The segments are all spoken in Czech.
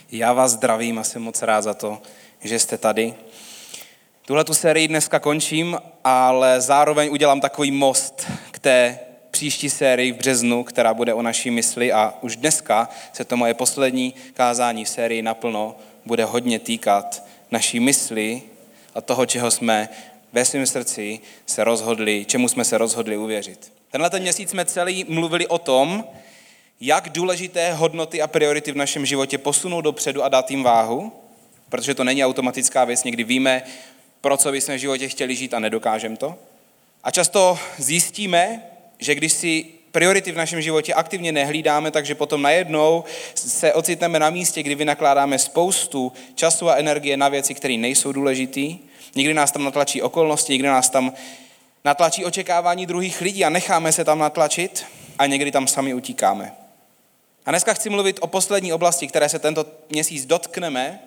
Já vás zdravím a jsem moc rád za to, že jste tady. Tuhletu sérii dneska končím, ale zároveň udělám takový most k té příští sérii v březnu, která bude o naší mysli, a už dneska se to moje poslední kázání v sérii naplno bude hodně týkat naší mysli a toho, čeho jsme ve svém srdci čemu jsme se rozhodli uvěřit. Tenhle měsíc jsme celý mluvili o tom, jak důležité hodnoty a priority v našem životě posunout dopředu a dát jim váhu, protože to není automatická věc, někdy víme, pro co bychom v životě chtěli žít a nedokážeme to. A často zjistíme, že když si priority v našem životě aktivně nehlídáme, takže potom najednou se ocitneme na místě, kdy vynakládáme spoustu času a energie na věci, které nejsou důležitý. Někdy nás tam natlačí okolnosti, někdy nás tam natlačí očekávání druhých lidí a necháme se tam natlačit a někdy tam sami utíkáme. A dneska chci mluvit o poslední oblasti, které se tento měsíc dotkneme,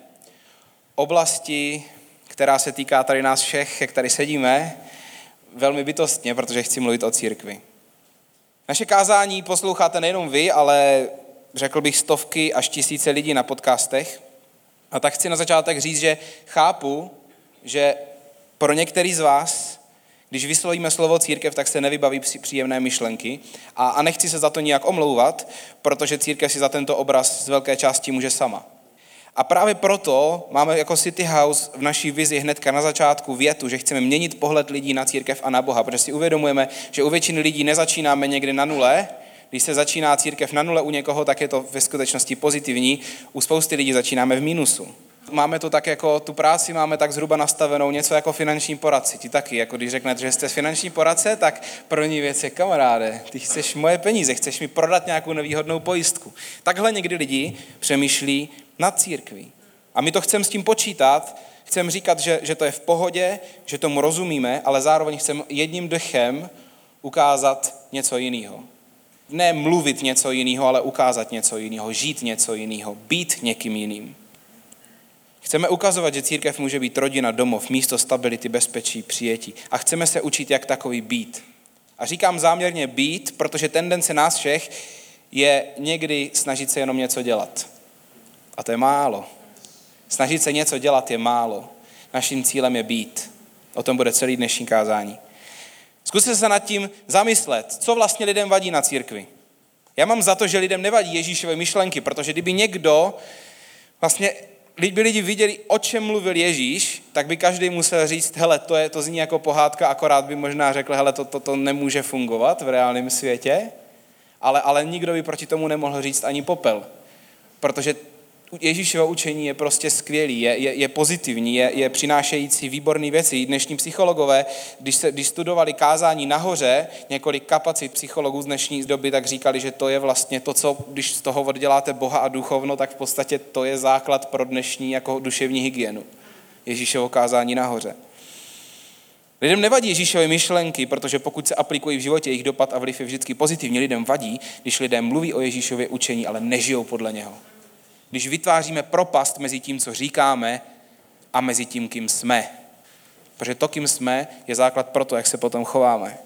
oblasti, která se týká tady nás všech, jak tady sedíme, velmi bytostně, protože chci mluvit o církvi. Naše kázání posloucháte nejenom vy, ale řekl bych stovky až tisíce lidí na podcastech. A tak chci na začátek říct, že chápu, že pro některý z vás, když vyslovíme slovo církev, tak se nevybaví příjemné myšlenky a nechci se za to nijak omlouvat, protože církev si za tento obraz z velké části může sama. A právě proto máme jako City House v naší vizi hnedka na začátku větu, že chceme měnit pohled lidí na církev a na Boha, protože si uvědomujeme, že u většiny lidí nezačínáme někde na nule. Když se začíná církev na nule u někoho, tak je to ve skutečnosti pozitivní. U spousty lidí začínáme v mínusu. Máme to tak jako, tu práci máme tak zhruba nastavenou něco jako finanční poradci. Ti taky, jako když řeknete, že jste finanční poradce, tak první věc je, kamaráde, ty chceš moje peníze, chceš mi prodat nějakou nevýhodnou pojistku. Takhle někdy lidi přemýšlí nad církví. A my to chceme s tím počítat, chceme říkat, že to je v pohodě, že tomu rozumíme, ale zároveň chceme jedním dechem ukázat něco jiného. Ne mluvit něco jiného, ale ukázat něco jiného, žít něco jiného, být někým jiným. Chceme ukazovat, že církev může být rodina, domov, místo stability, bezpečí, přijetí. A chceme se učit, jak takový být. A říkám záměrně být, protože tendence nás všech je někdy snažit se jenom něco dělat. A to je málo. Snažit se něco dělat je málo. Naším cílem je být. O tom bude celý dnešní kázání. Zkuste se nad tím zamyslet, co vlastně lidem vadí na církvi. Já mám za to, že lidem nevadí Ježíšovy myšlenky, protože kdyby někdo kdyby lidi viděli, o čem mluvil Ježíš, tak by každý musel říct, hele, to zní jako pohádka, akorát by možná řekl, hele, to nemůže fungovat v reálném světě, ale nikdo by proti tomu nemohl říct ani popel, protože Ježíšovo učení je prostě skvělý, je pozitivní, je přinášející výborné věci. Dnešní psychologové, když studovali kázání nahoře, několik kapacit psychologů z dnešní doby, tak říkali, že to je vlastně to, co když z toho odděláte Boha a duchovno, tak v podstatě to je základ pro dnešní jako duševní hygienu. Ježíšovo kázání nahoře. Lidem nevadí Ježíšovy myšlenky, protože pokud se aplikují v životě, jejich dopad a vliv je vždycky pozitivní. Lidem vadí, když lidé mluví o Ježíšově učení, ale nežijou podle něho. Když vytváříme propast mezi tím, co říkáme, a mezi tím, kým jsme. Protože to, kým jsme, je základ pro to, jak se potom chováme.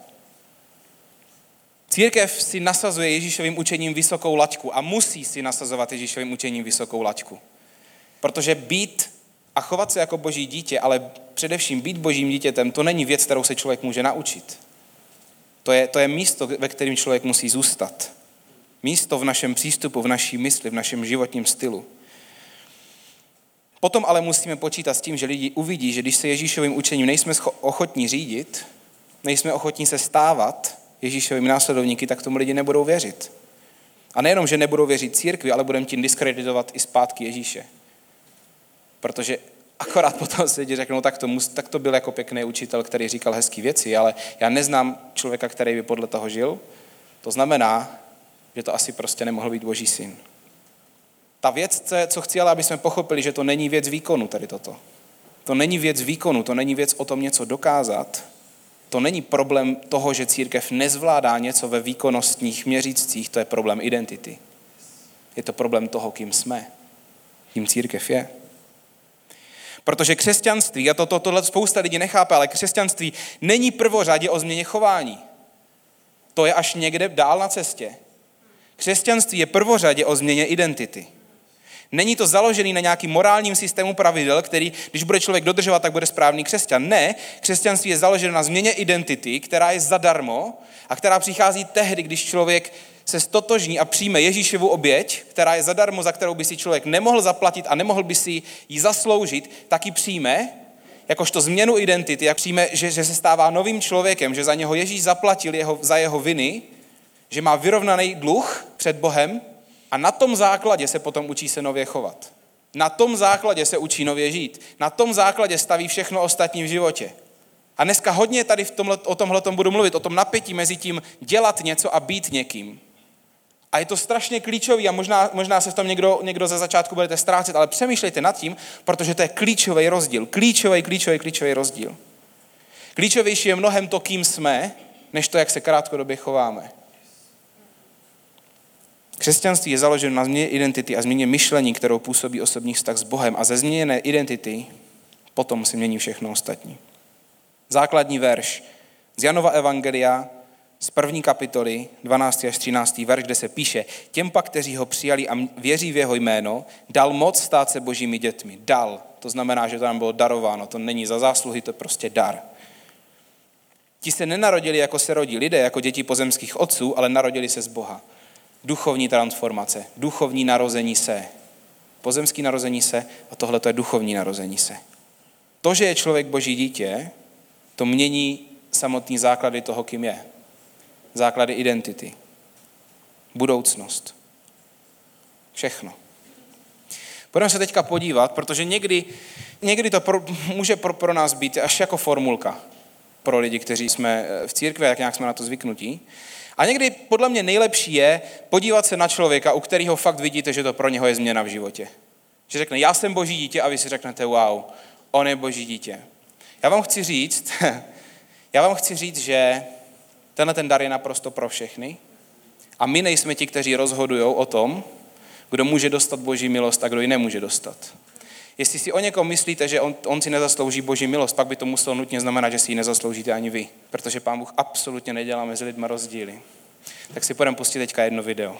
Církev si nasazuje Ježíšovým učením vysokou laťku a musí si nasazovat Ježíšovým učením vysokou laťku. Protože být a chovat se jako boží dítě, ale především být božím dítětem, to není věc, kterou se člověk může naučit. To je místo, ve kterém člověk musí zůstat. Místo v našem přístupu, v naší mysli, v našem životním stylu. Potom ale musíme počítat s tím, že lidi uvidí, že když se Ježíšovým učením nejsme ochotní řídit, nejsme ochotní se stávat Ježíšovými následovníky, tak tomu lidi nebudou věřit. A nejenom, že nebudou věřit církvi, ale budeme tím diskreditovat i zpátky Ježíše. Protože akorát potom se lidi řeknou, tak to byl jako pěkný učitel, který říkal hezký věci, ale já neznám člověka, který by podle toho žil. To znamená, že to asi prostě nemohl být Boží syn. Ta věc, co chci, ale aby jsme pochopili, že to není věc výkonu tady toto. To není věc výkonu, to není věc o tom něco dokázat. To není problém toho, že církev nezvládá něco ve výkonnostních měřících, to je problém identity. Je to problém toho, kým jsme, kým církev je. Protože křesťanství, a tohle spousta lidí nechápe, ale křesťanství není prvořadě o změně chování. To je až někde dál na cestě. Křesťanství je prvořadě o změně identity. Není to založený na nějakým morálním systému pravidel, který, když bude člověk dodržovat, tak bude správný křesťan. Ne, křesťanství je založeno na změně identity, která je zadarmo a která přichází tehdy, když člověk se stotožní a přijme Ježíšovu oběť, která je zadarmo, za kterou by si člověk nemohl zaplatit a nemohl by si ji zasloužit, tak ji přijme, jakožto změnu identity, jak přijme, že se stává novým člověkem, že za něho Ježíš zaplatil za jeho viny, že má vyrovnaný dluh před Bohem a na tom základě se potom učí se nově chovat. Na tom základě se učí nově žít. Na tom základě staví všechno ostatní v životě. A dneska hodně tady o tomhletom budu mluvit, o tom napětí mezi tím dělat něco a být někým. A je to strašně klíčový a možná se v tom někdo ze začátku budete ztrácet, ale přemýšlejte nad tím, protože to je klíčový rozdíl. Klíčový rozdíl. Klíčovější je mnohem to, kým jsme, než to, jak se krátkodobě chováme. Křesťanství je založeno na změně identity a změně myšlení, kterou působí osobní vztah s Bohem. A ze změněné identity potom se mění všechno ostatní. Základní verš z Janova evangelia z 1. kapitoly 12. až 13. verš, kde se píše: těm pak, kteří ho přijali a věří v jeho jméno, dal moc stát se božími dětmi. Dal, to znamená, že to nám bylo darováno, to není za zásluhy, to je prostě dar. Ti se nenarodili, jako se rodí lidé, jako děti pozemských otců, ale narodili se z Boha. Duchovní transformace, duchovní narození se. Pozemský narození se a tohle to je duchovní narození se. To, že je člověk boží dítě, to mění samotný základy toho, kým je. Základy identity. Budoucnost. Všechno. Pojďme se teďka podívat, protože někdy to může pro nás být až jako formulka pro lidi, kteří jsme v církvi, jak nějak jsme na to zvyknutí. A někdy podle mě nejlepší je podívat se na člověka, u kterého fakt vidíte, že to pro něho je změna v životě. Že řekne, já jsem boží dítě a vy si řeknete, wow, on je boží dítě. Já vám chci říct, že tenhle ten dar je naprosto pro všechny a my nejsme ti, kteří rozhodují o tom, kdo může dostat boží milost a kdo ji nemůže dostat. Jestli si o někom myslíte, že on si nezaslouží boží milost, pak by to muselo nutně znamenat, že si ji nezasloužíte ani vy, protože Pán Bůh absolutně nedělá mezi lidmi rozdíly. Tak si půjdeme pustit teďka jedno video.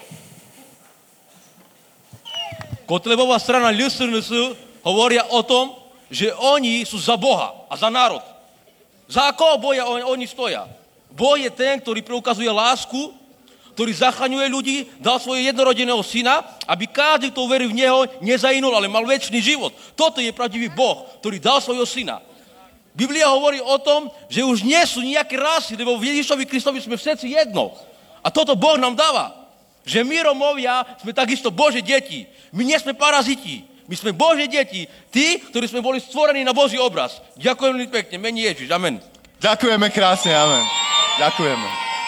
Kotlebová strana LSNS hovoria o tom, že oni sú za Boha a za národ. Za koho boja oni stoja? Boh je ten, ktorý preukazuje lásku, ktorý zachraňuje ľudí, dal svojho jednorodeného syna, aby každý, kto verí v neho, nezahynul, ale mal večný život. Toto je pravdivý Boh, ktorý dal svojho syna. Biblia hovorí o tom, že už nie sú nejaké rasy, lebo v Ježišovi Kristovi sme všetci jedno. A toto Boh nám dáva. Že my Romovia sme takisto Božie deti. My nie sme paraziti. My sme Božie deti. Tí, ktorí sme boli stvorení na Boží obraz. Ďakujem veľmi pekne. Mení Ježiš. Amen. Ďakujeme krásne, amen. Ďakujeme.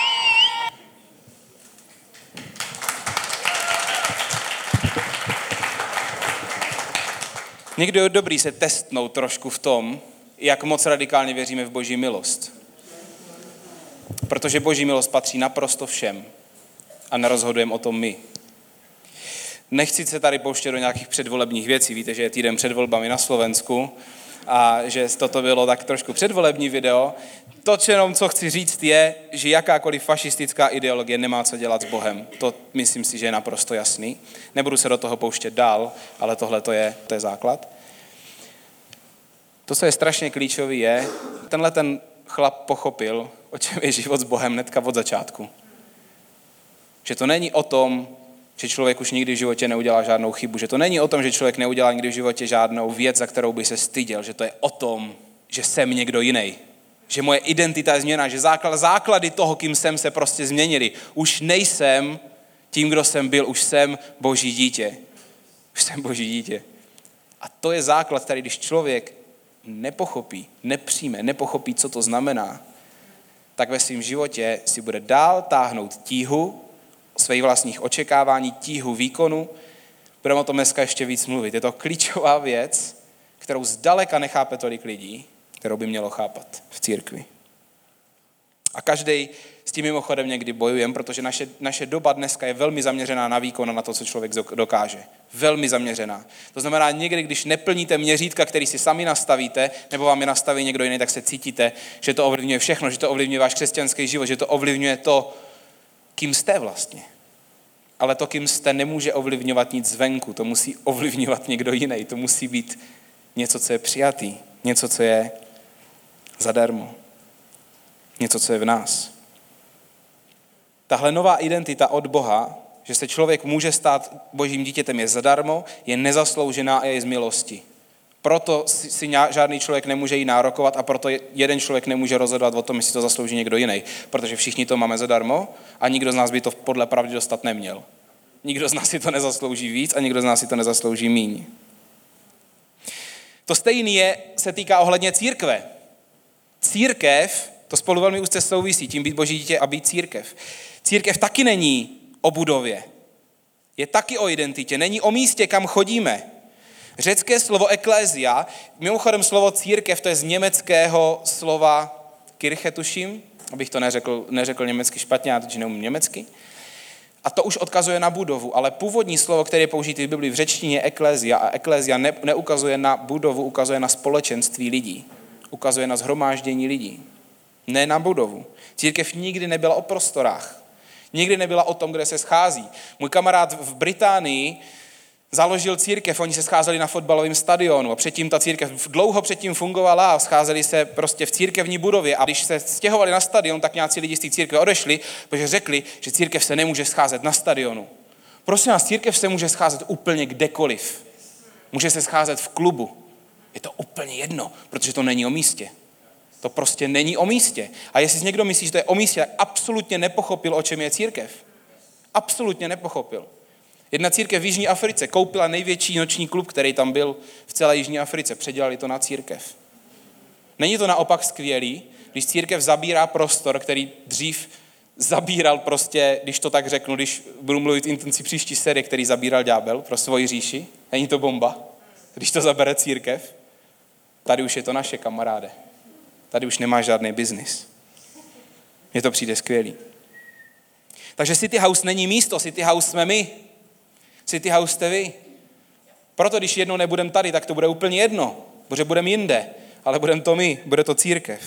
Někdy je dobrý se testnout trošku v tom, jak moc radikálně věříme v boží milost. Protože boží milost patří naprosto všem a nerozhodujeme o tom my. Nechci se tady pouštět do nějakých předvolebních věcí. Víte, že je týden před volbami na Slovensku a že toto bylo tak trošku předvolební video. To jenom, co chci říct, je, že jakákoliv fašistická ideologie nemá co dělat s Bohem. To myslím si, že je naprosto jasný. Nebudu se do toho pouštět dál, ale tohle to je základ. To, co je strašně klíčový, je, tenhle ten chlap pochopil, o čem je život s Bohem hnedka od začátku. Že to není o tom, že člověk už nikdy v životě neudělá žádnou chybu, že to není o tom, že člověk neudělá nikdy v životě žádnou věc, za kterou by se styděl, že to je o tom, že jsem někdo jiný. Že moje identita je změněná, že základy toho, kým jsem, se prostě změnily. Už nejsem tím, kdo jsem byl, už jsem boží dítě. Už jsem boží dítě. A to je základ, který když člověk nepochopí, nepřijme, nepochopí, co to znamená, tak ve svém životě si bude dál táhnout tíhu svých vlastních očekávání, tíhu výkonu. Budeme o tom dneska ještě víc mluvit. Je to klíčová věc, kterou zdaleka nechápe tolik lidí, kterou by mělo chápat v církvi. A každý s tím mimochodem někdy bojujeme, protože naše doba dneska je velmi zaměřená na výkon a na to, co člověk dokáže. Velmi zaměřená. To znamená, někdy, když neplníte měřítka, který si sami nastavíte, nebo vám je nastaví někdo jiný, tak se cítíte, že to ovlivňuje všechno, že to ovlivňuje váš křesťanský život, že to ovlivňuje to, kým jste vlastně. Ale to, kým jste, nemůže ovlivňovat nic zvenku, to musí ovlivňovat někdo jiný, to musí být něco, co je přijatý, něco, co je zadarmo, něco, co je v nás. Tahle nová identita od Boha, že se člověk může stát Božím dítětem, je zadarmo, je nezasloužená a je z milosti. Proto si žádný člověk nemůže jí nárokovat a proto jeden člověk nemůže rozhodovat o tom, jestli to zaslouží někdo jiný. Protože všichni to máme zadarmo a nikdo z nás by to podle pravdy dostat neměl. Nikdo z nás si to nezaslouží víc a nikdo z nás si to nezaslouží míň. To stejné se týká ohledně církve. Církev, to spolu velmi úzce souvisí, tím být Boží dítě a být církev. Církev taky není o budově. Je taky o identitě, není o místě, kam chodíme. Řecké slovo eklézia, mimochodem slovo církev, to je z německého slova kirche, tuším, abych to neřekl německy špatně, já teď neumím německy. A to už odkazuje na budovu, ale původní slovo, které je použité v Biblii v řečtině, je eklézia. A eklézia neukazuje na budovu, ukazuje na společenství lidí. Ukazuje na shromáždění lidí. Ne na budovu. Církev nikdy nebyla o prostorách. Nikdy nebyla o tom, kde se schází. Můj kamarád v Británii založil církev, oni se scházeli na fotbalovém stadionu a předtím ta církev dlouho předtím fungovala a scházeli se prostě v církevní budově a když se stěhovali na stadion, tak nějací lidi z té církve odešli, protože řekli, že církev se nemůže scházet na stadionu. Prosím vás, církev se může scházet úplně kdekoliv. Může se scházet v klubu. Je to úplně jedno, protože to není o místě. To prostě není o místě. A jestli si někdo myslí, že to je o místě, tak absolutně nepochopil, o čem je církev. Absolutně nepochopil. Jedna církev v Jižní Africe koupila největší noční klub, který tam byl v celé Jižní Africe. Předělali to na církev. Není to naopak skvělý, když církev zabírá prostor, který dřív zabíral prostě, když to tak řeknu, když budu mluvit intenci příští série, který zabíral ďábel pro svoji říši. Není to bomba? Když to zabere církev, tady už je to naše, kamaráde. Tady už nemáš žádný biznis. Mně to přijde skvělý. Takže City House není místo, City House jsme my. City House jste vy. Proto, když jednou nebudem tady, tak to bude úplně jedno, protože budeme jinde, ale budeme to my, bude to církev.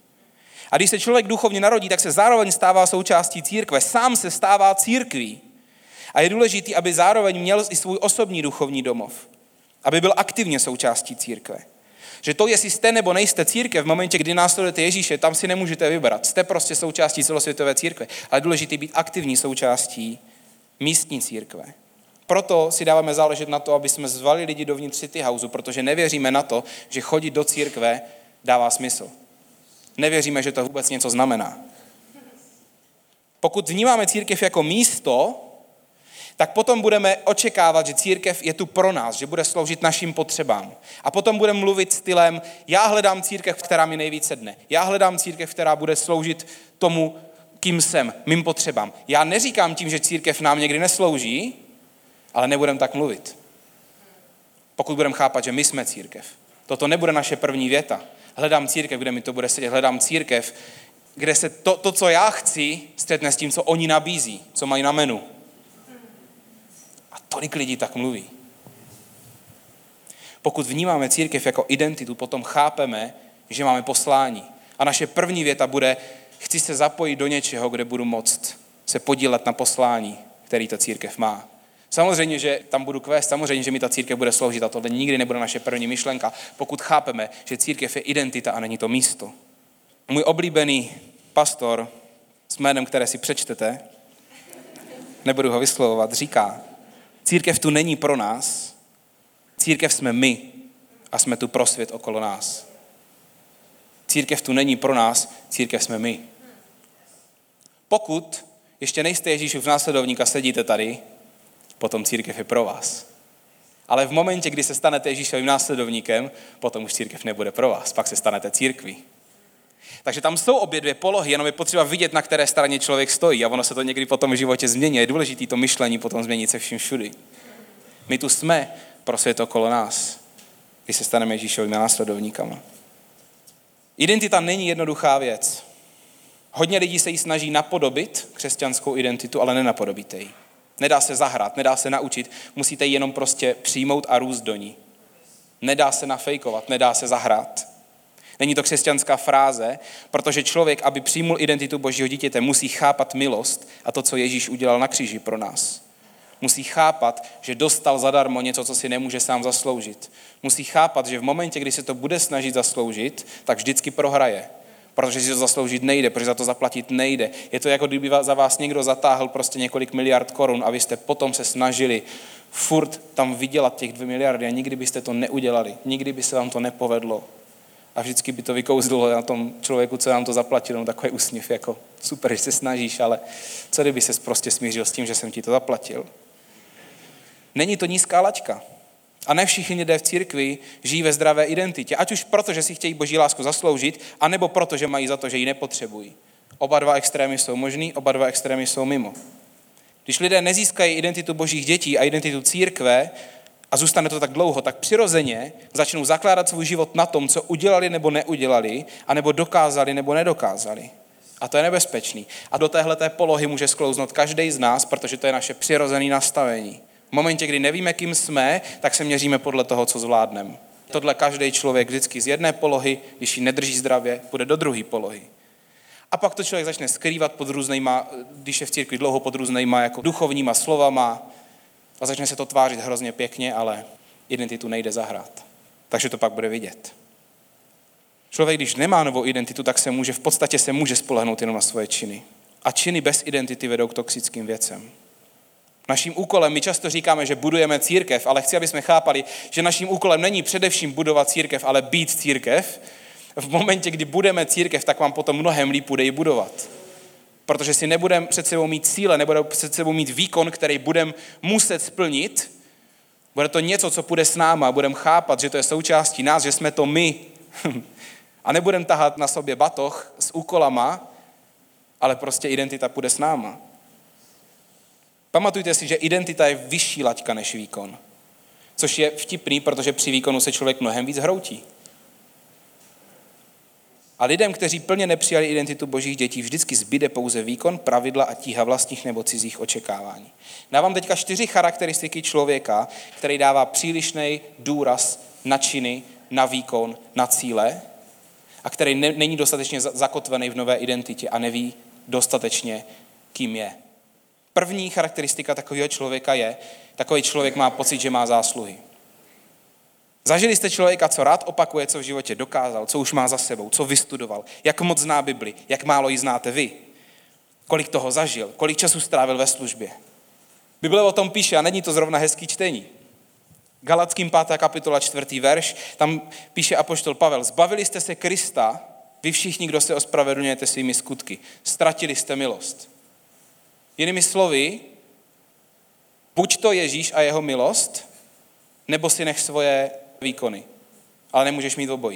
A když se člověk duchovně narodí, tak se zároveň stává součástí církve. Sám se stává církví. A je důležité, aby zároveň měl i svůj osobní duchovní domov. Aby byl aktivně součástí církve. Že to, jestli jste nebo nejste církev, v momentě, kdy následujete Ježíše, tam si nemůžete vybrat. Jste prostě součástí celosvětové církve. Ale je důležité být aktivní součástí místní církve. Proto si dáváme záležet na to, aby jsme zvali lidi dovnitř City Houseu, protože nevěříme na to, že chodit do církve dává smysl. Nevěříme, že to vůbec něco znamená. Pokud vnímáme církev jako místo, tak potom budeme očekávat, že církev je tu pro nás, že bude sloužit našim potřebám. A potom budeme mluvit stylem, já hledám církev, která mi nejvíce sedne. Já hledám církev, která bude sloužit tomu, kým jsem, mým potřebám. Já neříkám tím, že církev nám někdy neslouží, ale nebudeme tak mluvit. Pokud budeme chápat, že my jsme církev. Toto nebude naše první věta. Hledám církev, kde mi to bude sedět. Hledám církev, kde se to, co já chci, střetne s tím, co oni nabízí, co mají na menu. A tolik lidí tak mluví. Pokud vnímáme církev jako identitu, potom chápeme, že máme poslání. A naše první věta bude, chci se zapojit do něčeho, kde budu moct se podílet na poslání, který ta církev má. Samozřejmě, že tam budu kvést, samozřejmě, že mi ta církev bude sloužit a tohle nikdy nebude naše první myšlenka, pokud chápeme, že církev je identita a není to místo. Můj oblíbený pastor s jménem, které si přečtete, nebudu ho vyslovovat, říká, církev tu není pro nás, církev jsme my a jsme tu pro svět okolo nás. Církev tu není pro nás, církev jsme my. Pokud ještě nejste Ježíšův následovník a sedíte tady, potom církev je pro vás. Ale v momentě, kdy se stanete Ježíšovým následovníkem, potom už církev nebude pro vás, pak se stanete církví. Takže tam jsou obě dvě polohy, jenom je potřeba vidět, na které straně člověk stojí a ono se to někdy potom v životě změní. Je důležité to myšlení potom změnit se vším všudy. My tu jsme pro svět okolo nás, když se staneme Ježíšovými následovníkama. Identita není jednoduchá věc. Hodně lidí se jí snaží napodobit křesťanskou identitu, ale nenapodobíte ji. Nedá se zahrát, nedá se naučit, musíte ji jenom prostě přijmout a růst do ní. Nedá se nafejkovat, nedá se zahrát. Není to křesťanská fráze, protože člověk, aby přijmul identitu Božího dítěte, musí chápat milost a to, co Ježíš udělal na kříži pro nás. Musí chápat, že dostal zadarmo něco, co si nemůže sám zasloužit. Musí chápat, že v momentě, kdy se to bude snažit zasloužit, tak vždycky prohraje. Protože si to zasloužit nejde, protože za to zaplatit nejde. Je to jako kdyby za vás někdo zatáhl prostě několik miliard korun a vy jste potom se snažili furt tam vydělat těch 2 miliardy a nikdy byste to neudělali. Nikdy by se vám to nepovedlo. A vždycky by to vykouzlilo na tom člověku, co nám to zaplatil, no takový úsměv, jako super, že se snažíš, ale co kdyby ses prostě smířil s tím, že jsem ti to zaplatil? Není to nízká laťka. A ne všichni lidé v církvi žijí ve zdravé identitě. Ať už proto, že si chtějí boží lásku zasloužit, anebo proto, že mají za to, že ji nepotřebují. Oba dva extrémy jsou možný, oba dva extrémy jsou mimo. Když lidé nezískají identitu božích dětí a identitu církve a zůstane to tak dlouho, tak přirozeně začnou zakládat svůj život na tom, co udělali nebo neudělali, anebo dokázali nebo nedokázali. A to je nebezpečný. A do téhleté polohy může sklouznout každý z nás, protože to je naše přirozené nastavení. V momentě, kdy nevíme, kým jsme, tak se měříme podle toho, co zvládneme. Tohle každý člověk vždycky z jedné polohy, když ji nedrží zdravě, půjde do druhé polohy. A pak to člověk začne skrývat pod různýma, když je v církvi dlouho, pod různýma jako duchovníma slovama a začne se to tvářit hrozně pěkně, ale identitu nejde zahrát. Takže to pak bude vidět. Člověk, když nemá novou identitu, tak v podstatě se může spolehnout jenom na svoje činy. A činy bez identity vedou k toxickým věcem. Naším úkolem, my často říkáme, že budujeme církev, ale chci, abychom chápali, že naším úkolem není především budovat církev, ale být církev. V momentě, kdy budeme církev, tak vám potom mnohem líp bude ji budovat. Protože si nebudeme před sebou mít cíle, nebudeme před sebou mít výkon, který budeme muset splnit. Bude to něco, co půjde s náma, budeme chápat, že to je součástí nás, že jsme to my. A nebudeme tahat na sobě batoh s úkolama, ale prostě identita půjde s náma. Pamatujte si, že identita je vyšší laťka než výkon. Což je vtipný, protože při výkonu se člověk mnohem víc hroutí. A lidem, kteří plně nepřijali identitu božích dětí, vždycky zbyde pouze výkon, pravidla a tíha vlastních nebo cizích očekávání. Dávám teďka 4 charakteristiky člověka, který dává přílišný důraz na činy, na výkon, na cíle a který není dostatečně zakotvený v nové identitě a neví dostatečně, kým je. První charakteristika takového člověka je, takový člověk má pocit, že má zásluhy. Zažili jste člověka, co rád opakuje, co v životě dokázal, co už má za sebou, co vystudoval, jak moc zná Bibli, jak málo ji znáte vy, kolik toho zažil, kolik času strávil ve službě. Bible o tom píše a není to zrovna hezký čtení. Galatským 5. kapitola 4. verš, tam píše apoštol Pavel, zbavili jste se Krista, vy všichni, kdo se ospravedlňujete svými skutky, ztratili jste milost. Jinými slovy, buď to Ježíš a jeho milost, nebo si nech svoje výkony. Ale nemůžeš mít obojí.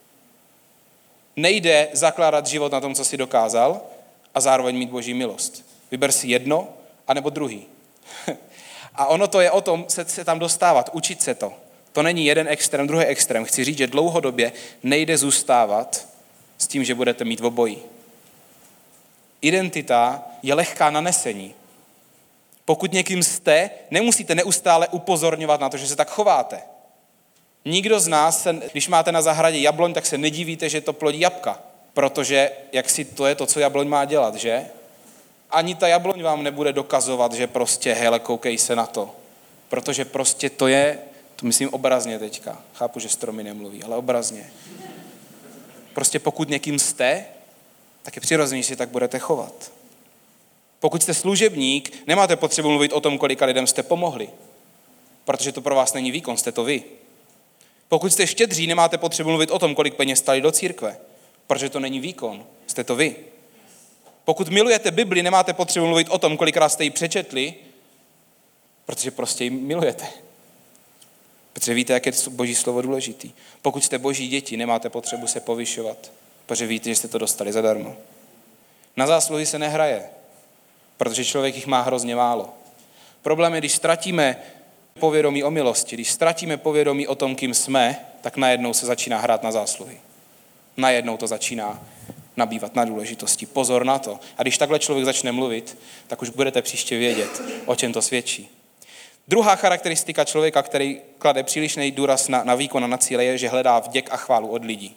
Nejde zakládat život na tom, co jsi dokázal a zároveň mít boží milost. Vyber si jedno, anebo druhý. A ono to je o tom se tam dostávat, učit se to. To není jeden extrém, druhý extrém. Chci říct, že dlouhodobě nejde zůstávat s tím, že budete mít obojí. Identita je lehká na nesení. Pokud někým jste, nemusíte neustále upozorňovat na to, že se tak chováte. Nikdo z nás, když máte na zahradě jabloň, tak se nedivíte, že to plodí jabka. Protože to je to, co jabloň má dělat, že? Ani ta jabloň vám nebude dokazovat, že prostě, hele, koukej se na to. Protože prostě to myslím obrazně teďka. Chápu, že stromy nemluví, ale obrazně. Prostě pokud někým jste, tak je přirozený, že si tak budete chovat. Pokud jste služebník, nemáte potřebu mluvit o tom, kolika lidem jste pomohli, protože to pro vás není výkon, jste to vy. Pokud jste štědří, nemáte potřebu mluvit o tom, kolik peněz stali do církve, protože to není výkon, jste to vy. Pokud milujete Bibli, nemáte potřebu mluvit o tom, kolikrát jste ji přečetli, protože prostě ji milujete. Protože víte, jak je boží slovo důležitý. Pokud jste boží děti, nemáte potřebu se povyšovat, protože víte, že jste to dostali zadarmo. Na zásluhy se nehraje, protože člověk jich má hrozně málo. Problém je, když ztratíme povědomí o milosti, když ztratíme povědomí o tom, kým jsme, tak najednou se začíná hrát na zásluhy. Najednou to začíná nabývat na důležitosti. Pozor na to. A když takhle člověk začne mluvit, tak už budete příště vědět, o čem to svědčí. Druhá charakteristika člověka, který klade přílišný důraz na výkon a na cíle, je, že hledá vděk a chválu od lidí.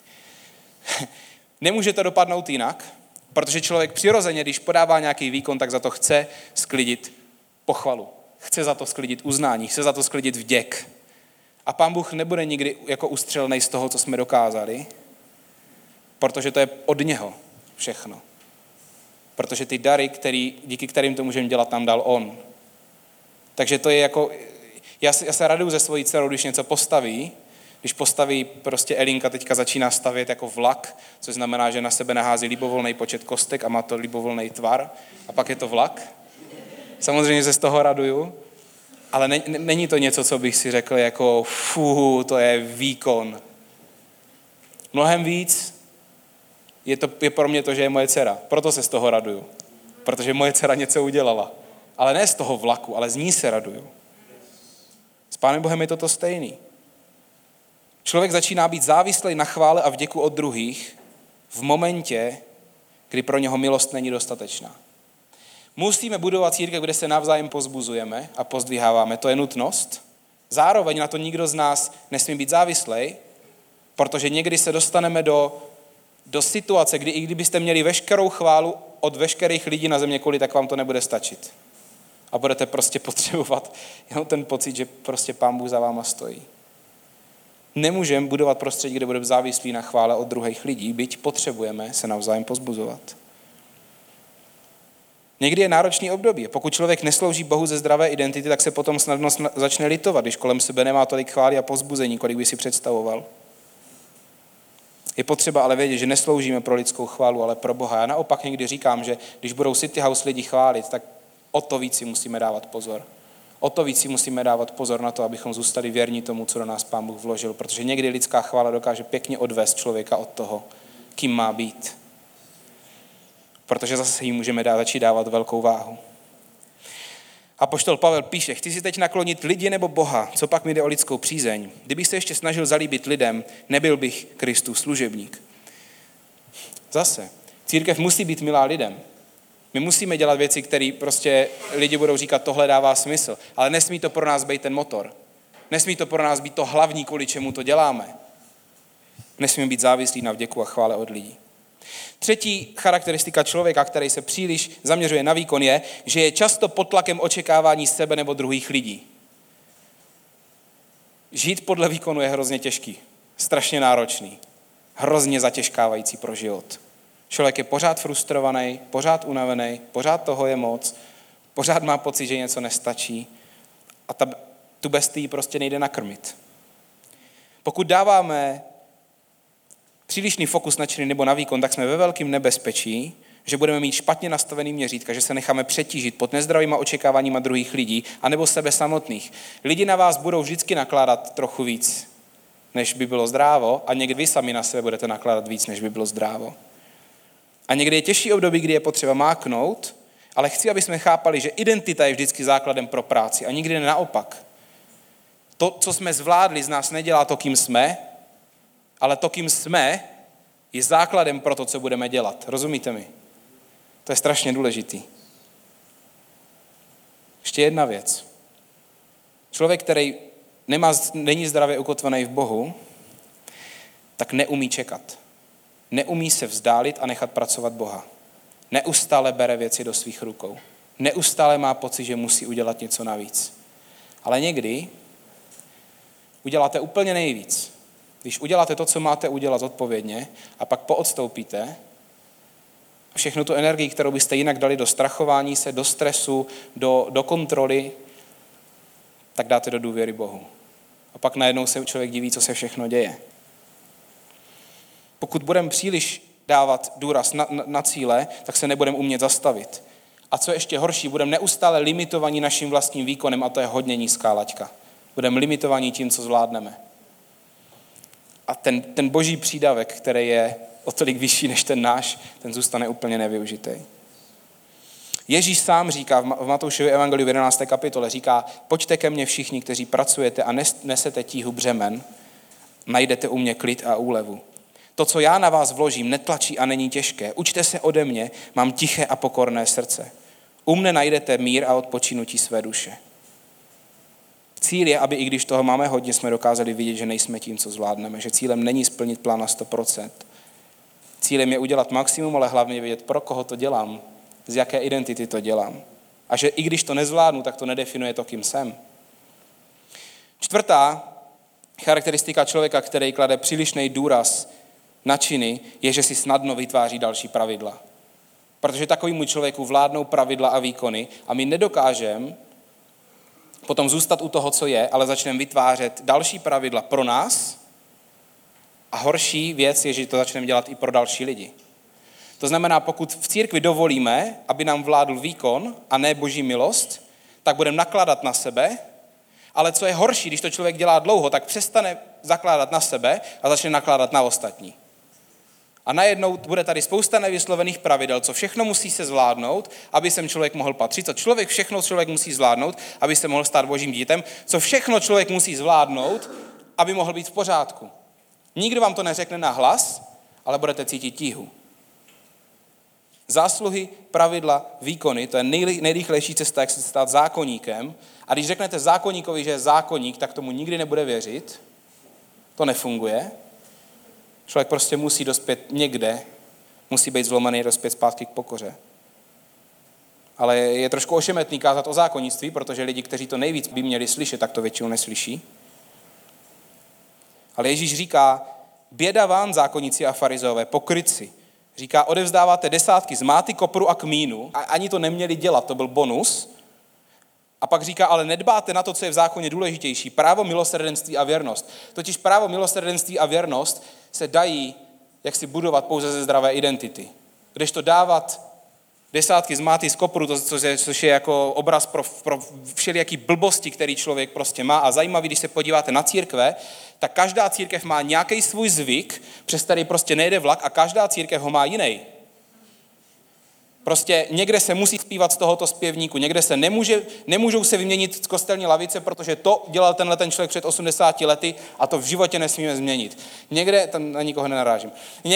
Nemůže to dopadnout jinak, protože člověk přirozeně, když podává nějaký výkon, tak za to chce sklidit pochvalu. chce za to sklidit uznání, chce za to sklidit vděk. A Pán Bůh nebude nikdy jako ustřelnej z toho, co jsme dokázali, protože to je od něho všechno. Protože ty dary, díky kterým to můžeme dělat, nám dal on. Takže to je jako, já se raduju ze svojí dcerou, když něco postaví, když postaví prostě Elinka teďka začíná stavět jako vlak, což znamená, že na sebe nahází libovolný počet kostek a má to libovolný tvar a pak je to vlak. Samozřejmě se z toho raduju, ale není to něco, co bych si řekl jako to je výkon. Mnohem víc je pro mě to, že je moje dcera. Proto se z toho raduju. Protože moje dcera něco udělala. Ale ne z toho vlaku, ale z ní se raduju. S Pánem Bohem je to stejný. Člověk začíná být závislý na chvále a vděku od druhých v momentě, kdy pro něho milost není dostatečná. Musíme budovat církev, kde se navzájem pozbuzujeme a pozdviháváme. To je nutnost. Zároveň na to nikdo z nás nesmí být závislej, protože někdy se dostaneme do situace, kdy i kdybyste měli veškerou chválu od veškerých lidí na zeměkouli, tak vám to nebude stačit. A budete prostě potřebovat jenom ten pocit, že prostě Pán Bůh za váma stojí. Nemůžeme budovat prostředí, kde budeme závislí na chvále od druhých lidí, byť potřebujeme se navzájem pozbuzovat. Někdy je náročný období. Pokud člověk neslouží Bohu ze zdravé identity, tak se potom snadno začne litovat, když kolem sebe nemá tolik chvály a pozbuzení, kolik by si představoval. Je potřeba ale vědět, že nesloužíme pro lidskou chválu, ale pro Boha. Já naopak někdy říkám, že když budou City House lidi chválit, tak o to víc si musíme dávat pozor. O to víc si musíme dávat pozor na to, abychom zůstali věrní tomu, co do nás Pán Bůh vložil, protože někdy lidská chvála dokáže pěkně odvést člověka od toho, kým má být. Protože zase jí můžeme začít dávat velkou váhu. Apoštol Pavel píše, chci si teď naklonit lidi nebo Boha, co pak mi jde o lidskou přízeň. Kdybych se ještě snažil zalíbit lidem, nebyl bych Kristův služebník. Zase, církev musí být milá lidem. My musíme dělat věci, které prostě lidi budou říkat, tohle dává smysl, ale nesmí to pro nás být ten motor. Nesmí to pro nás být to hlavní, kvůli čemu to děláme. Nesmíme být závislí na vděku a chvále od lidí. Třetí charakteristika člověka, který se příliš zaměřuje na výkon, je, že je často pod tlakem očekávání sebe nebo druhých lidí. Žít podle výkonu je hrozně těžký, strašně náročný, hrozně zatěžkávající pro život. Člověk je pořád frustrovaný, pořád unavený, pořád toho je moc, pořád má pocit, že něco nestačí a tu bestii prostě nejde nakrmit. Pokud dáváme přílišný fokus na činy nebo na výkon, tak jsme ve velkém nebezpečí, že budeme mít špatně nastavený měřítka, že se necháme přetížit pod nezdravýma očekáváníma druhých lidí anebo sebe samotných. Lidi na vás budou vždycky nakládat trochu víc, než by bylo zdrávo, a někdy vy sami na sebe budete nakládat víc, než by bylo zdrávo. A někdy je těžší období, kdy je potřeba máknout, ale chci, aby jsme chápali, že identita je vždycky základem pro práci a nikdy naopak. To, co jsme zvládli, z nás nedělá to, kým jsme, ale to, kým jsme, je základem pro to, co budeme dělat. Rozumíte mi? To je strašně důležitý. Ještě jedna věc. Člověk, který není zdravě ukotvený v Bohu, tak neumí čekat. Neumí se vzdálit a nechat pracovat Boha. Neustále bere věci do svých rukou. Neustále má pocit, že musí udělat něco navíc. Ale někdy uděláte úplně nejvíc. Když uděláte to, co máte udělat zodpovědně a pak poodstoupíte, všechnu tu energii, kterou byste jinak dali do strachování se, do stresu, do kontroly, tak dáte do důvěry Bohu. A pak najednou se člověk diví, co se všechno děje. Pokud budeme příliš dávat důraz na cíle, tak se nebudeme umět zastavit. A co ještě horší, budeme neustále limitovaní naším vlastním výkonem a to je hodně nízká laťka. Budeme limitovaní tím, co zvládneme. A ten boží přídavek, který je o tolik vyšší než ten náš, ten zůstane úplně nevyužitý. Ježíš sám říká v Matoušově evangeliu v 11. kapitole, říká, pojďte ke mně všichni, kteří pracujete a nesete tíhu břemen, najdete u mě klid a úlevu. To, co já na vás vložím, netlačí a není těžké. Učte se ode mě, mám tiché a pokorné srdce. U mne najdete mír a odpočinutí své duše. Cíl je, aby i když toho máme hodně, jsme dokázali vidět, že nejsme tím, co zvládneme, že cílem není splnit plán na 100%. Cílem je udělat maximum, ale hlavně vědět, pro koho to dělám, z jaké identity to dělám. A že i když to nezvládnu, tak to nedefinuje to, kým jsem. Čtvrtá charakteristika člověka, který klade přílišný důraz na činy, je, že si snadno vytváří další pravidla. Protože takovému člověku vládnou pravidla a výkony a my nedokážeme potom zůstat u toho, co je, ale začneme vytvářet další pravidla pro nás a horší věc je, že to začneme dělat i pro další lidi. To znamená, pokud v církvi dovolíme, aby nám vládl výkon a ne boží milost, tak budeme nakládat na sebe, ale co je horší, když to člověk dělá dlouho, tak přestane zakládat na sebe a začne nakládat na ostatní. A najednou bude tady spousta nevyslovených pravidel, co všechno musí se zvládnout, aby sem člověk mohl patřit, co všechno člověk musí zvládnout, aby se mohl stát božím dítětem, co všechno člověk musí zvládnout, aby mohl být v pořádku. Nikdo vám to neřekne na hlas, ale budete cítit tíhu. Zásluhy, pravidla, výkony, to je nejrychlejší cesta, jak se stát zákonníkem. A když řeknete zákonníkovi, že je zákonník, tak tomu nikdy nebude věřit. To nefunguje. Člověk prostě musí dospět někde, musí být zlomený, dospět zpátky k pokoře. Ale je trošku ošemetný kázat o zákonnictví, protože lidi, kteří to nejvíc by měli slyšet, tak to většinou neslyší. Ale Ježíš říká, běda vám, zákonníci a farizové, pokrytci. Říká, odevzdáváte desátky z máty, kopru a kmínu. A ani to neměli dělat, to byl bonus. A pak říká, ale nedbáte na to, co je v zákoně důležitější. Právo, milosrdenství a věrnost. Totiž právo, milosrdenství a věrnost se dají jak si budovat pouze ze zdravé identity. Kdežto dávat desátky z máty, z kopru, což je jako obraz pro všelijaký blbosti, který člověk prostě má. A zajímavý, když se podíváte na církve, tak každá církev má nějaký svůj zvyk, přes který prostě nejde vlak a každá církev ho má jiný. Prostě někde se musí zpívat z tohoto zpěvníku, někde se nemůžou se vyměnit z kostelní lavice, protože to dělal ten člověk před 80 lety a to v životě nesmíme změnit. Někde, tam na nikoho nenarážím,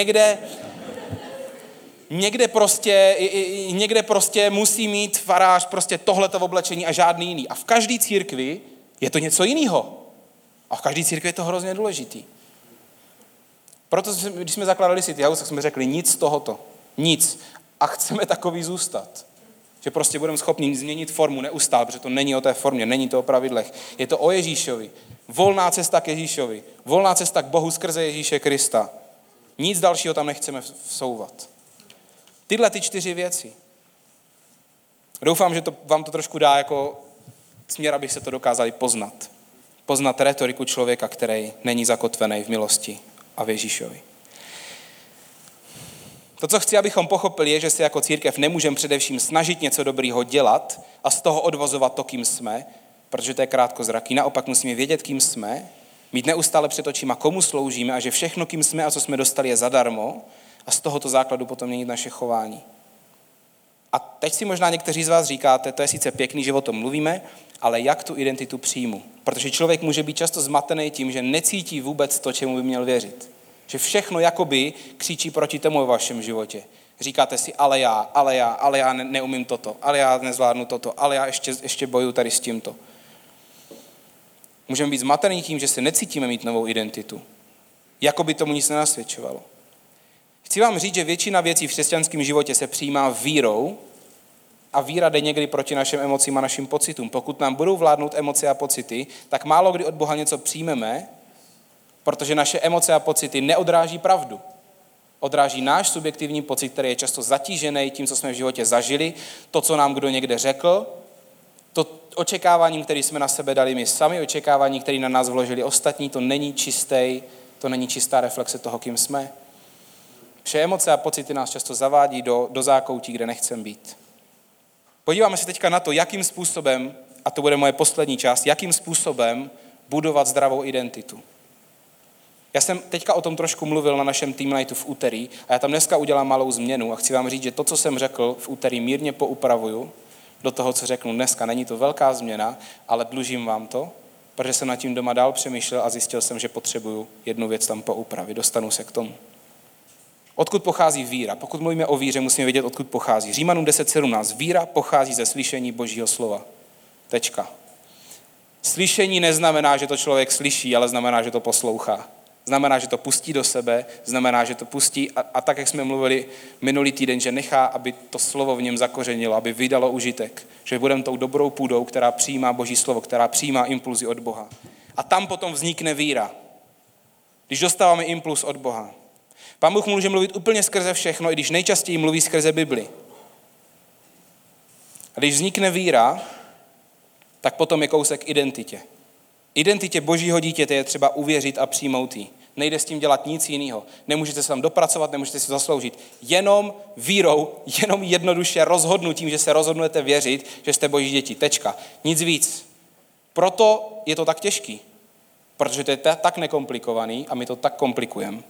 někde prostě musí mít farář prostě tohleto oblečení a žádný jiný. A v každé církvi je to něco jiného. A v každé církvi je to hrozně důležitý. Proto, když jsme zakládali City House, tak jsme řekli nic z tohoto. Nic. A chceme takový zůstat. Že prostě budeme schopni změnit formu neustále, protože to není o té formě, není to o pravidlech. Je to o Ježíšovi. Volná cesta k Ježíšovi. Volná cesta k Bohu skrze Ježíše Krista. Nic dalšího tam nechceme vsouvat. Tyhle ty 4 věci. Doufám, že vám to trošku dá jako směr, abych se to dokázali poznat. Poznat retoriku člověka, který není zakotvený v milosti a v Ježíšovi. To, co chci, abychom pochopili, je, že se jako církev nemůžeme především snažit něco dobrýho dělat a z toho odvozovat to, kým jsme, protože to je krátkozraký. Naopak musíme vědět, kým jsme, mít neustále před očima, komu sloužíme a že všechno, kým jsme a co jsme dostali, je zadarmo a z tohoto základu potom měnit naše chování. A teď si možná někteří z vás říkáte, to je sice pěkný, že o tom mluvíme, ale jak tu identitu přijmu? Protože člověk může být často zmatený tím, že necítí vůbec to, čemu by měl věřit. Že všechno jakoby křičí proti tomu ve vašem životě. Říkáte si, ale já neumím toto, ale já nezvládnu toto, ale já ještě bojuju tady s tímto. Můžeme být zmatený tím, že se necítíme mít novou identitu. Jakoby tomu nic nenasvědčovalo. Chci vám říct, že většina věcí v křesťanském životě se přijímá vírou a víra jde někdy proti našim emocím a našim pocitům. Pokud nám budou vládnout emoce a pocity, tak málo kdy od Boha něco přijmeme, protože naše emoce a pocity neodráží pravdu. Odráží náš subjektivní pocit, který je často zatížený tím, co jsme v životě zažili, to, co nám kdo někde řekl, to očekávání, které jsme na sebe dali my sami, očekávání, které na nás vložili ostatní, to není čistá reflexe toho, kým jsme. Vše emoce a pocity nás často zavádí do zákoutí, kde nechceme být. Podíváme se teďka na to, jakým způsobem, a to bude moje poslední část, jakým způsobem budovat zdravou identitu. Já jsem teďka o tom trošku mluvil na našem Team Nightu v úterý a já tam dneska udělám malou změnu a chci vám říct, že to, co jsem řekl v úterý, mírně poupravuju do toho, co řeknu dneska. Není to velká změna, ale dlužím vám to, protože jsem nad tím doma dál přemýšlel a zjistil jsem, že potřebuju jednu věc tam poupravit. Dostanu se k tomu. Odkud pochází víra? Pokud mluvíme o víře, musíme vědět, odkud pochází. Římanům 10:17. Víra pochází ze slyšení Božího slova. Tečka. Slyšení neznamená, že to člověk slyší, ale znamená, že to poslouchá. Znamená, že to pustí do sebe, znamená, že to pustí a tak, jak jsme mluvili minulý týden, že nechá, aby to slovo v něm zakořenilo, aby vydalo užitek. Že budeme tou dobrou půdou, která přijímá Boží slovo, která přijímá impulzy od Boha. A tam potom vznikne víra. Když dostáváme impuls od Boha. Pán Bůh může mluvit úplně skrze všechno, i když nejčastěji mluví skrze Bibli. A když vznikne víra, tak potom je kousek identitě. Identitě Božího dítěte je třeba uvěřit a přijmout ji. Nejde s tím dělat nic jiného. Nemůžete se tam dopracovat, nemůžete si zasloužit. Jenom vírou, jenom jednoduše rozhodnutím, že se rozhodnete věřit, že jste Boží děti. Tečka. Nic víc. Proto je to tak těžký. Protože to je tak nekomplikovaný a my to tak komplikujeme.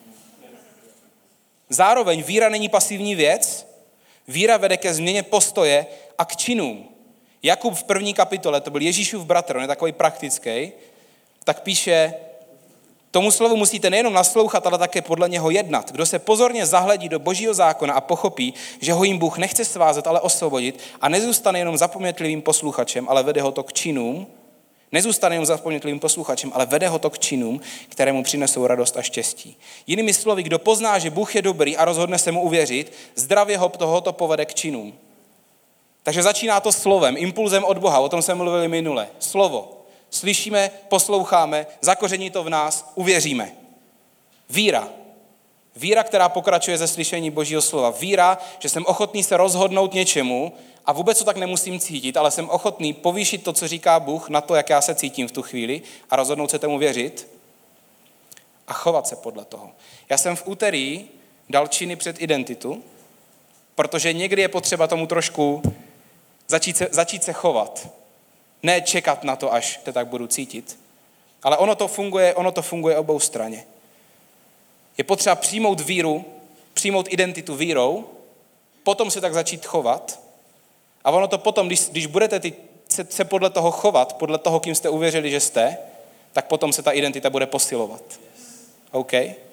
Zároveň víra není pasivní věc. Víra vede ke změně postoje a k činům. Jakub v 1. kapitole, to byl Ježíšův bratr, on je takový praktický, tak píše, tomu slovu musíte nejenom naslouchat, ale také podle něho jednat. Kdo se pozorně zahledí do Božího zákona a pochopí, že ho jim Bůh nechce svázat, ale osvobodit a nezůstane jenom zapomnětlivým posluchačem, ale vede ho to k činům, kterému přinesou radost a štěstí. Jinými slovy, kdo pozná, že Bůh je dobrý a rozhodne se mu uvěřit, zdravě ho tohoto povede k činům. Takže začíná to slovem, impulzem od Boha, o tom jsme mluvili minule. Slovo. Slyšíme, posloucháme, zakoření to v nás, uvěříme. Víra. Víra, která pokračuje ze slyšení Božího slova. Víra, že jsem ochotný se rozhodnout něčemu a vůbec to tak nemusím cítit, ale jsem ochotný povýšit to, co říká Bůh, na to, jak já se cítím v tu chvíli a rozhodnout se tomu věřit a chovat se podle toho. Já jsem v úterý dal činy před identitu, protože někdy je potřeba tomu trošku začít se chovat. Ne čekat na to, až to tak budu cítit, ale ono to funguje obou straně. Je potřeba přijmout víru, přijmout identitu vírou, potom se tak začít chovat a ono to potom, když budete se podle toho chovat, podle toho, kým jste uvěřili, že jste, tak potom se ta identita bude posilovat. OK?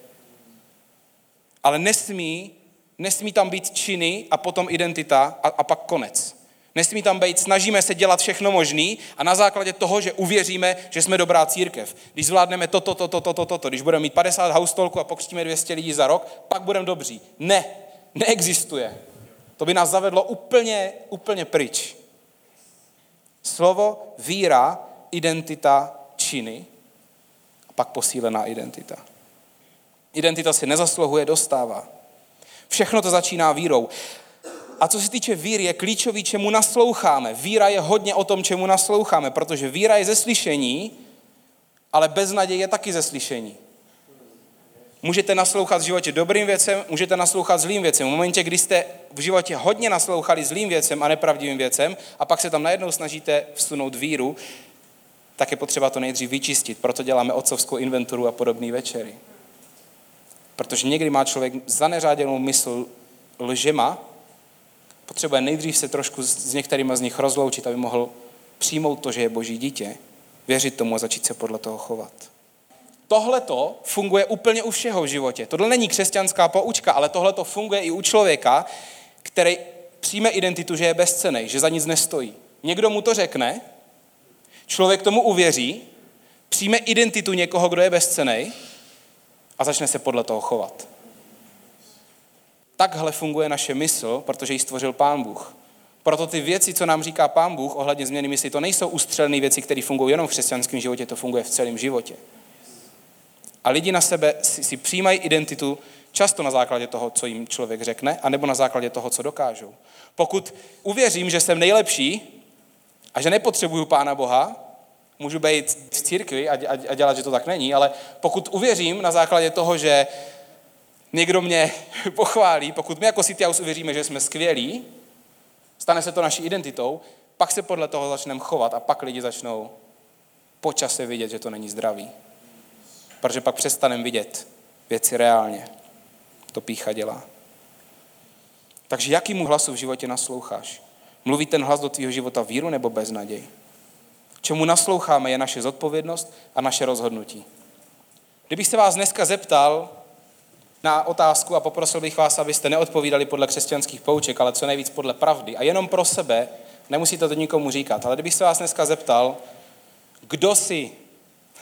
Ale nesmí tam být činy a potom identita a pak konec. Nesmí tam být, snažíme se dělat všechno možný a na základě toho, že uvěříme, že jsme dobrá církev. Když zvládneme toto, když budeme mít 50 haustolků a pokřtíme 200 lidí za rok, pak budeme dobří. Ne, neexistuje. To by nás zavedlo úplně pryč. Slovo, víra, identita, činy a pak posílená identita. Identita si nezasluhuje, dostává. Všechno to začíná vírou. A co se týče víry, je klíčový, čemu nasloucháme. Víra je hodně o tom, čemu nasloucháme, protože víra je ze slyšení, ale beznaděj je taky ze slyšení. Můžete naslouchat v životě dobrým věcem, můžete naslouchat zlým věcem. V momentě, kdy jste v životě hodně naslouchali zlým věcem a nepravdivým věcem a pak se tam najednou snažíte vsunout víru, tak je potřeba to nejdřív vyčistit. Proto děláme otcovskou inventuru a podobné večery. Protože někdy má člověk zaneřáděnou mysl lžema, potřebuje nejdřív se trošku s některými z nich rozloučit, aby mohl přijmout to, že je Boží dítě, věřit tomu a začít se podle toho chovat. Tohleto funguje úplně u všeho v životě. Tohle není křesťanská poučka, ale tohleto funguje i u člověka, který přijme identitu, že je bezcenný, že za nic nestojí. Někdo mu to řekne, člověk tomu uvěří, přijme identitu někoho, kdo je bezcenný a začne se podle toho chovat. Takhle funguje naše mysl, protože ji stvořil Pán Bůh. Proto ty věci, co nám říká Pán Bůh ohledně změny mysli, to nejsou ústřelné věci, které fungují jenom v křesťanském životě, to funguje v celém životě. A lidi na sebe si přijímají identitu často na základě toho, co jim člověk řekne, anebo na základě toho, co dokážou. Pokud uvěřím, že jsem nejlepší a že nepotřebuju Pána Boha, můžu být v církvi a dělat, že to tak není, ale pokud uvěřím na základě toho, že někdo mě pochválí, pokud my jako City House uvěříme, že jsme skvělí, stane se to naší identitou, pak se podle toho začneme chovat a pak lidi začnou po čase vidět, že to není zdravý. Protože pak přestaneme vidět věci reálně. To pýcha dělá. Takže jakýmu hlasu v životě nasloucháš? Mluví ten hlas do tvýho života víru nebo beznaděj? Čemu nasloucháme je naše zodpovědnost a naše rozhodnutí. Kdybych se vás dneska zeptal na otázku a poprosil bych vás, abyste neodpovídali podle křesťanských pouček, ale co nejvíc podle pravdy a jenom pro sebe, nemusíte to nikomu říkat, ale kdybych se vás dneska zeptal, kdo jsi,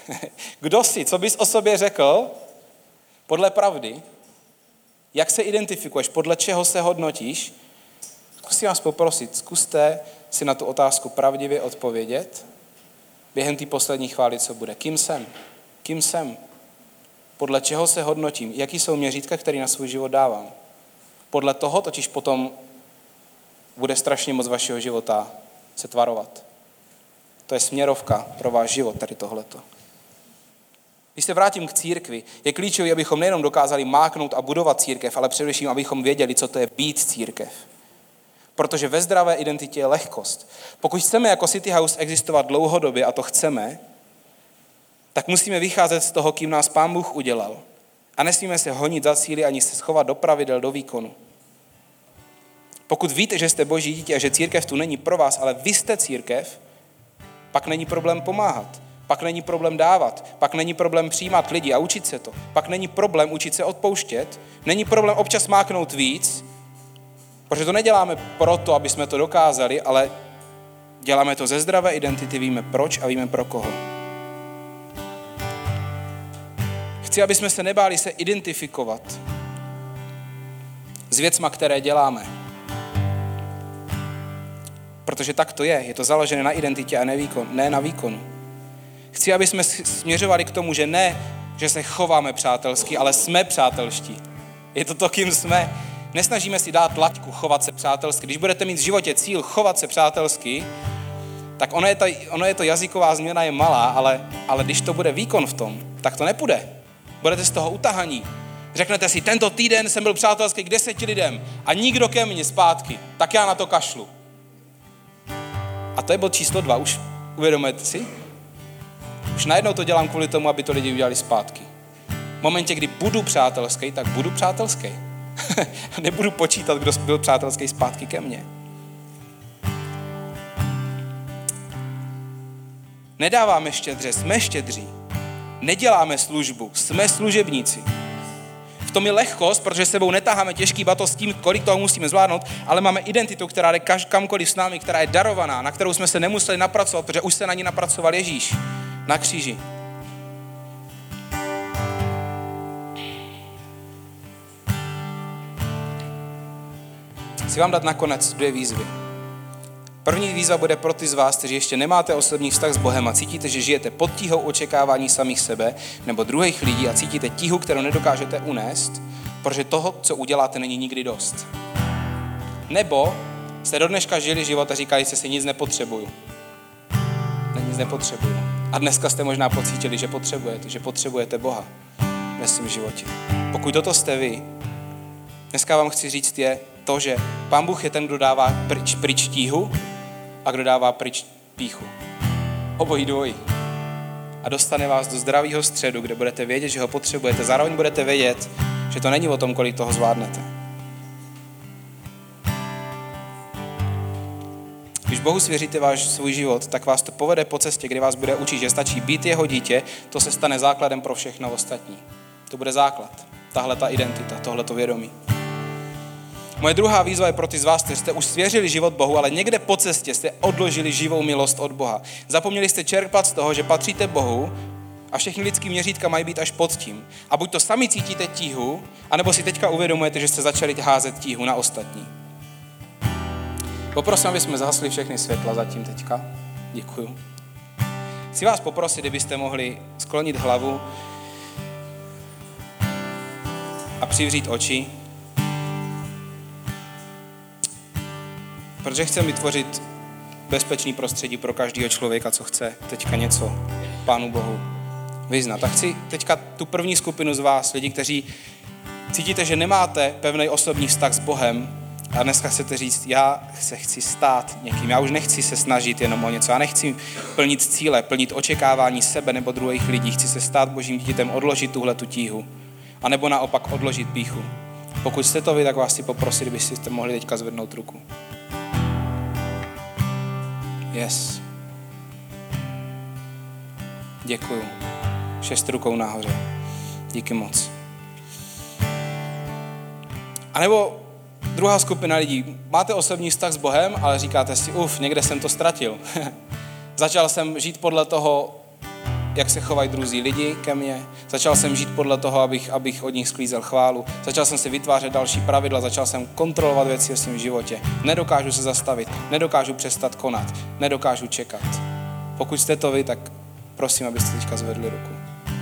Kdo jsi? Co bys o sobě řekl podle pravdy? Jak se identifikuješ? Podle čeho se hodnotíš? Zkusím vás poprosit, zkuste si na tu otázku pravdivě odpovědět během té poslední chvály, co bude. Kým jsem? Kým jsem? Podle čeho se hodnotím? Jaký jsou měřítka, které na svůj život dávám? Podle toho totiž potom bude strašně moc vašeho života se tvarovat. To je směrovka pro váš život, tady tohleto. Když se vrátím k církvi, je klíčové, abychom nejenom dokázali máknout a budovat církev, ale především, abychom věděli, co to je být církev. Protože ve zdravé identitě je lehkost. Pokud chceme jako City House existovat dlouhodobě, a to chceme, tak musíme vycházet z toho, kým nás Pán Bůh udělal. A nesmíme se honit za cíli ani se schovat do pravidel, do výkonu. Pokud víte, že jste Boží dítě a že církev tu není pro vás, ale vy jste církev, pak není problém pomáhat, pak není problém dávat, pak není problém přijímat lidi a učit se to, pak není problém učit se odpouštět, není problém občas máknout víc, protože to neděláme proto, aby jsme to dokázali, ale děláme to ze zdravé identity, víme proč a víme pro koho. Chci, aby jsme se nebáli se identifikovat s věcma, které děláme. Protože tak to je to založené na identitě a ne na výkonu. Chci, aby jsme směřovali k tomu, že ne, že se chováme přátelsky, ale jsme přátelští. Je to, kým jsme. Nesnažíme si dát laťku chovat se přátelsky. Když budete mít v životě cíl chovat se přátelsky, tak ono je to jazyková změna je malá, ale když to bude výkon v tom, tak to nepůjde. Budete z toho utahaní. Řeknete si, tento týden jsem byl přátelský k 10 lidem a nikdo ke mně zpátky, tak já na to kašlu. A to je bod číslo 2, už uvědomujete si? Už najednou to dělám kvůli tomu, aby to lidi udělali zpátky. V momentě, kdy budu přátelský, tak budu přátelský. Nebudu počítat, kdo byl přátelský zpátky ke mně. Nedáváme štědře, jsme štědří. Neděláme službu, jsme služebníci. V tom je lehkost, protože sebou netáháme těžký batos s tím, kolik toho musíme zvládnout, ale máme identitu, která jde kamkoliv s námi, která je darovaná, na kterou jsme se nemuseli napracovat, protože už se na ní napracoval Ježíš na kříži. Chci vám dát nakonec 2 výzvy. První výzva bude pro ty z vás, kteří ještě nemáte osobní vztah s Bohem a cítíte, že žijete pod tíhou očekávání samých sebe nebo druhých lidí a cítíte tíhu, kterou nedokážete unést, protože toho, co uděláte, není nikdy dost. Nebo jste do dneška žili život a říkali jste si, nic nepotřebuju. Nic nepotřebuju. A dneska jste možná pocítili, že potřebujete Boha ve svém životě. Pokud toto jste vy, dneska vám chci říct je to, že Pán Bůh je ten, kdo dává pryč tíhu a kdo dává pryč pýchu. Obojí dvojí. A dostane vás do zdravého středu, kde budete vědět, že ho potřebujete. Zároveň budete vědět, že to není o tom, kolik toho zvládnete. Když Bohu svěříte svůj život, tak vás to povede po cestě, kdy vás bude učit, že stačí být jeho dítě, to se stane základem pro všechno ostatní. To bude základ. Tahle ta identita, tohleto vědomí. Moje druhá výzva je pro ty z vás, kteří jste už svěřili život Bohu, ale někde po cestě jste odložili živou milost od Boha. Zapomněli jste čerpat z toho, že patříte Bohu a všechny lidský měřítka mají být až pod tím. A buď to sami cítíte tíhu, anebo si teďka uvědomujete, že jste začali házet tíhu na ostatní. Poprosím, aby jsme zhasli všechny světla zatím teďka. Děkuju. Chci vás poprosit, kdybyste mohli sklonit hlavu a přivřít oči. Protože chceme vytvořit bezpečný prostředí pro každého člověka, co chce teďka něco Pánu Bohu vyznat. A chci teďka tu první skupinu z vás, lidi, kteří cítíte, že nemáte pevný osobní vztah s Bohem a dneska chcete říct, já se chci stát někým, já už nechci se snažit jenom o něco, já nechci plnit cíle, plnit očekávání sebe nebo druhých lidí, chci se stát Božím dítětem, odložit tuhletu tíhu, anebo naopak odložit pýchu. Pokud jste to vy, tak vás chci poprosit, kdybyste mohli teďka zvednout ruku. Yes. Děkuju. 6 rukou nahoře. Díky moc. A nebo druhá skupina lidí. Máte osobní vztah s Bohem, ale říkáte si, někde jsem to ztratil. Začal jsem žít podle toho, jak se chovají druzí lidi ke mně. Začal jsem žít podle toho, abych od nich sklízel chválu. Začal jsem si vytvářet další pravidla, začal jsem kontrolovat věci v svém životě. Nedokážu se zastavit, nedokážu přestat konat, nedokážu čekat. Pokud jste to vy, tak prosím, abyste teďka zvedli ruku.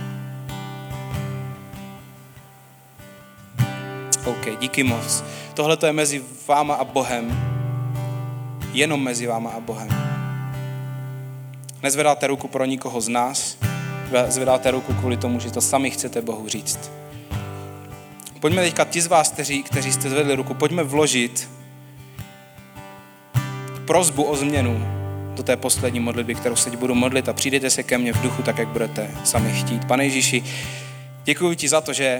OK, díky moc. Tohle to je mezi váma a Bohem. Jenom mezi váma a Bohem. Nezvedáte ruku pro nikoho z nás, zvedáte ruku kvůli tomu, že to sami chcete Bohu říct. Pojďme teďka ti z vás, kteří jste zvedli ruku, pojďme vložit prosbu o změnu do té poslední modlitby, kterou se teď budu modlit a přijdete se ke mně v duchu, tak jak budete sami chtít. Pane Ježíši, děkuji ti za to, že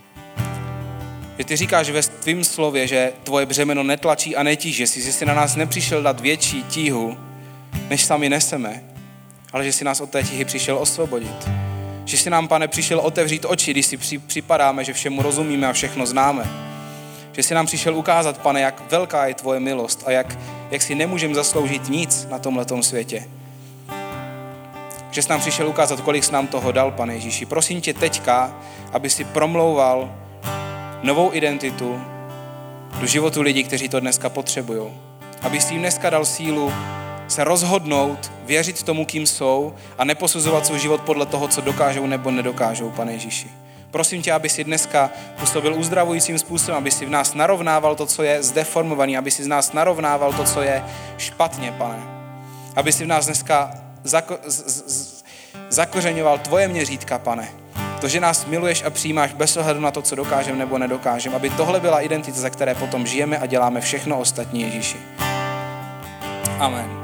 ty říkáš ve tvým slově, že tvoje břemeno netlačí a netíží, že jsi na nás nepřišel dát větší tíhu, než sami neseme, ale že jsi nás od té tíhy přišel osvobodit. Že jsi nám, Pane, přišel otevřít oči, když si připadáme, že všemu rozumíme a všechno známe. Že jsi nám přišel ukázat, Pane, jak velká je tvoje milost a jak si nemůžeme zasloužit nic na tomhletom světě. Že jsi nám přišel ukázat, kolik jsi nám toho dal, Pane Ježíši. Prosím tě teďka, aby si promlouval novou identitu do životu lidí, kteří to dneska potřebují. Aby si jim dneska dal sílu se rozhodnout, věřit tomu, kým jsou a neposuzovat svůj život podle toho, co dokážou nebo nedokážou, Pane Ježíši. Prosím tě, aby si dneska působil uzdravujícím způsobem, aby si v nás narovnával to, co je zdeformovaný, aby si z nás narovnával to, co je špatně, Pane. Aby si v nás dneska zakořeňoval tvoje měřítka, Pane. To, že nás miluješ a přijímáš bez ohledu na to, co dokážeme nebo nedokážeme, aby tohle byla identita, za které potom žijeme a děláme všechno ostatní, Ježíši. Amen.